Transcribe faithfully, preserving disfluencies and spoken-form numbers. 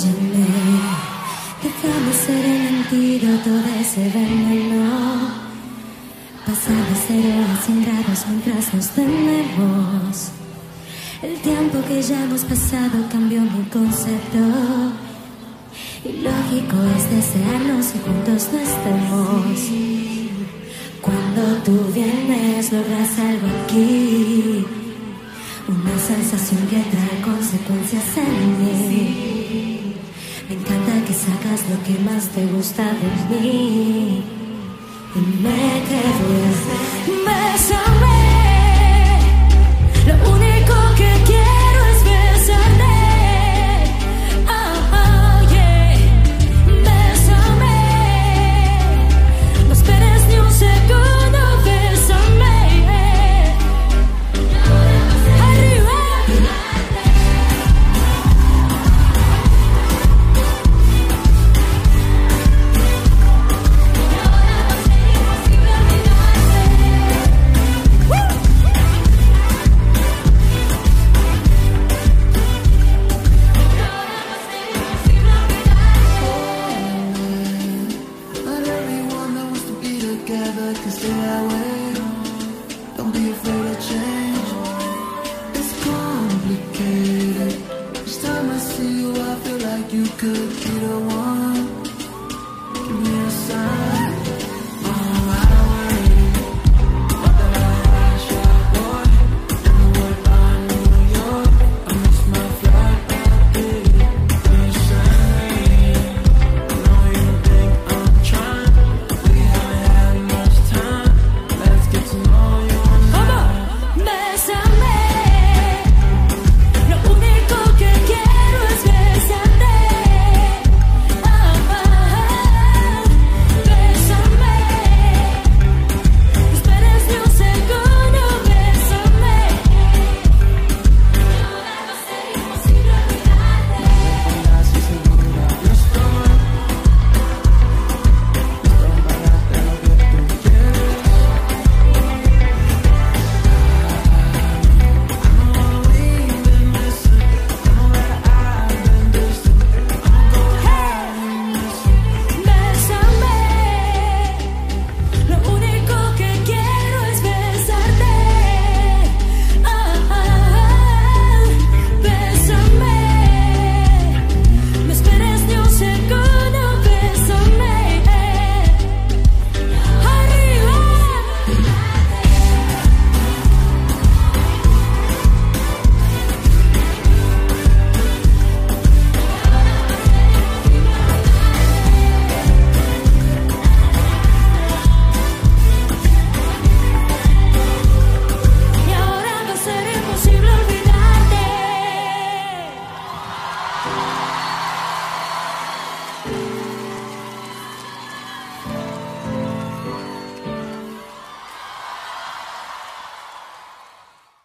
Óyeme, déjame ser el antídoto de ese veneno. Pasar de cero a cien grados mientras nos tenemos. El tiempo que ya hemos pasado cambió mi concepto. Y lógico es desearnos y juntos no estemos. Cuando tú vienes logras algo aquí, una sensación que trae consecuencias en mí. Me encanta que sacas lo que más te gusta de mí. Y me quedo, bésame. Lo único que quiero es besarte. Oh, oh, yeah. Bésame. No esperes ni un segundo, bésame. Arriba. Can stay that way. Don't be afraid of change. It's complicated. Each time I see you, I feel like you could be the one.